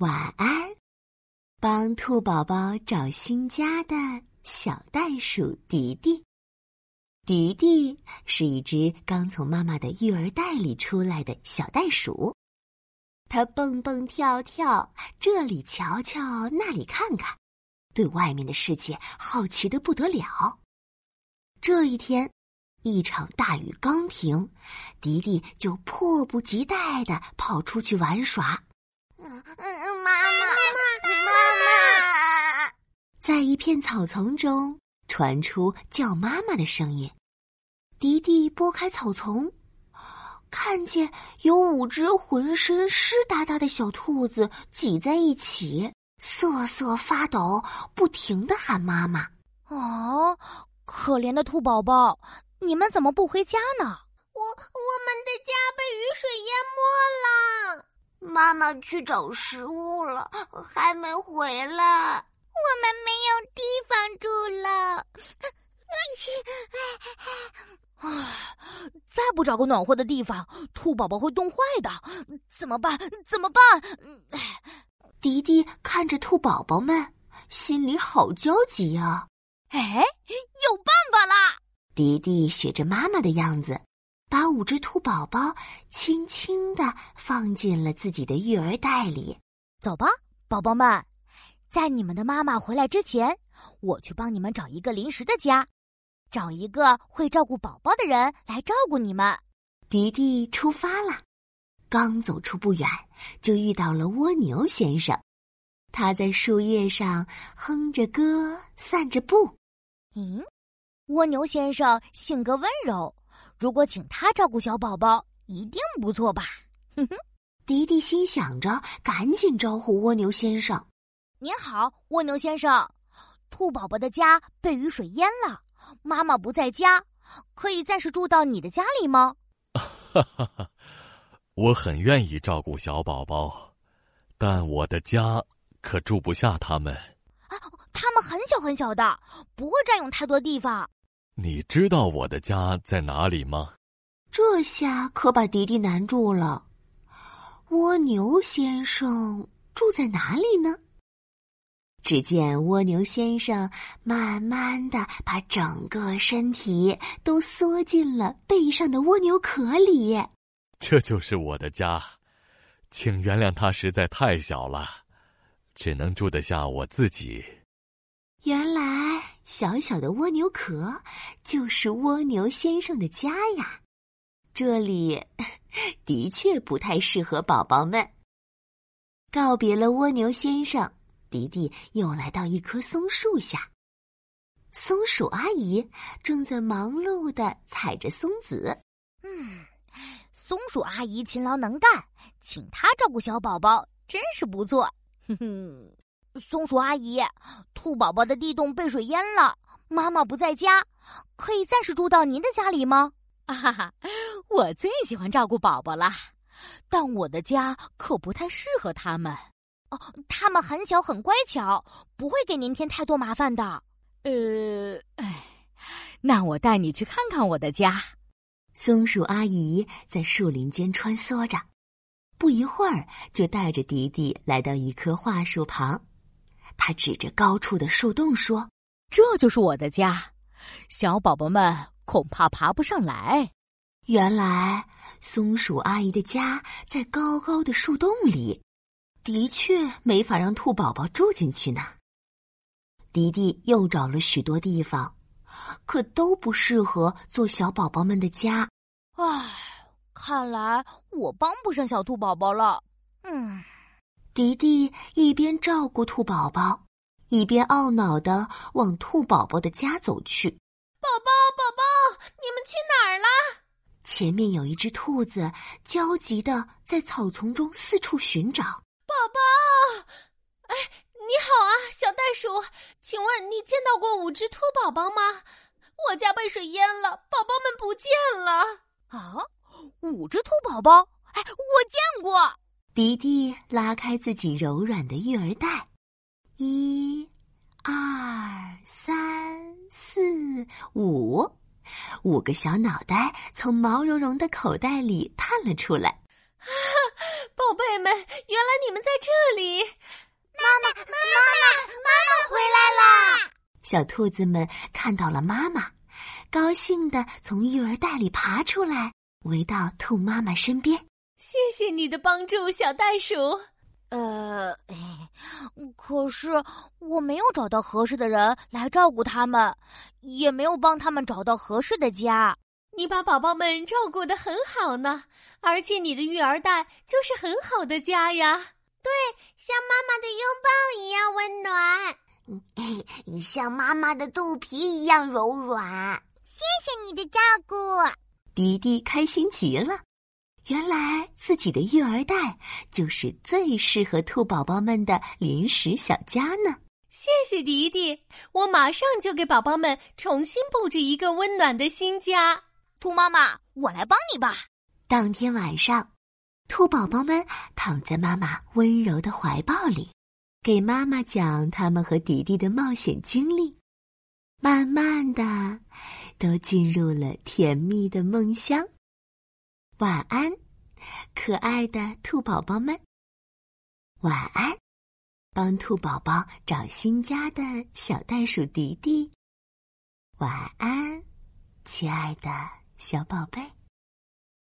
晚安。帮兔宝宝找新家的小袋鼠迪迪。迪迪是一只刚从妈妈的育儿袋里出来的小袋鼠，它蹦蹦跳跳，这里瞧瞧，那里看看，对外面的世界好奇得不得了。这一天，一场大雨刚停，迪迪就迫不及待地跑出去玩耍。 妈妈！ 在一片草丛中传出叫妈妈的声音。迪迪拨开草丛，看见有5只浑身湿哒哒的小兔子挤在一起，瑟瑟发抖，不停地喊妈妈。 哦，可怜的兔宝宝，你们怎么不回家呢？ 我们的家被雨水淹没了。妈妈去找食物了，还没回来。我们没有地方住了。 再不找个暖和的地方，兔宝宝会冻坏的。怎么办？ 迪迪看着兔宝宝们，心里好焦急啊。 有办法啦！ 迪迪学着妈妈的样子，把5只兔宝宝轻轻地放进了自己的育儿袋里。 走吧，宝宝们，在你们的妈妈回来之前，我去帮你们找一个临时的家，找一个会照顾宝宝的人来照顾你们。 迪迪出发了，刚走出不远，就遇到了蜗牛先生。他在树叶上哼着歌，散着步。 蜗牛先生性格温柔，如果请他照顾小宝宝，一定不错吧？ 迪迪心想着，赶紧招呼蜗牛先生。 您好，蜗牛先生，兔宝宝的家被雨水淹了，妈妈不在家，可以暂时住到你的家里吗？ 我很愿意照顾小宝宝，但我的家可住不下他们。 他们很小很小的，不会占用太多地方。 你知道我的家在哪里吗？ 这下可把迪迪难住了。蜗牛先生住在哪里呢？只见蜗牛先生慢慢地把整个身体都缩进了背上的蜗牛壳里。 这就是我的家，请原谅它实在太小了，只能住得下我自己。 原来小小的蜗牛壳就是蜗牛先生的家呀，这里的确不太适合宝宝们。告别了蜗牛先生，迪迪又来到一棵松树下。松鼠阿姨正在忙碌地采着松子。 松鼠阿姨勤劳能干，请她照顾小宝宝真是不错。松鼠阿姨，兔宝宝的地洞被水淹了，妈妈不在家，可以暂时住到您的家里吗？我最喜欢照顾宝宝啦，但我的家可不太适合他们。他们很小很乖巧，不会给您添太多麻烦的。那我带你去看看我的家。 松鼠阿姨在树林间穿梭着，不一会儿就带着迪迪来到一棵桦树旁。她指着高处的树洞说：“ 这就是我的家，小宝宝们恐怕爬不上来。” 原来松鼠阿姨的家在高高的树洞里，的确没法让兔宝宝住进去呢。迪迪又找了许多地方，可都不适合做小宝宝们的家。 看来我帮不上小兔宝宝了。 迪迪一边照顾兔宝宝，一边懊恼地往兔宝宝的家走去。 宝宝，你们去哪儿啦？ 前面有一只兔子焦急地在草丛中四处寻找。 宝宝，你好啊，小袋鼠，请问你见到过5只兔宝宝吗？我家被水淹了，宝宝们不见了。 5只兔宝宝？我见过。 迪迪拉开自己柔软的育儿袋，1、2、3、4、5，5个小脑袋从毛茸茸的口袋里探了出来。 宝贝们，原来你们在这里！ 妈妈回来啦！ 小兔子们看到了妈妈，高兴地从育儿袋里爬出来，围到兔妈妈身边。 谢谢你的帮助，小袋鼠。 可是我没有找到合适的人来照顾他们，也没有帮他们找到合适的家。 你把宝宝们照顾得很好呢，而且你的育儿袋就是很好的家呀。 对，像妈妈的拥抱一样温暖，像妈妈的肚皮一样柔软。谢谢你的照顾。 迪迪开心极了，原来自己的育儿袋就是最适合兔宝宝们的临时小家呢。 谢谢迪迪，我马上就给宝宝们重新布置一个温暖的新家。 兔妈妈，我来帮你吧。 当天晚上，兔宝宝们躺在妈妈温柔的怀抱里，给妈妈讲他们和迪迪的冒险经历。慢慢的，都进入了甜蜜的梦乡。晚安，可爱的兔宝宝们。晚安，帮兔宝宝找新家的小袋鼠迪迪。晚安，亲爱的小宝贝。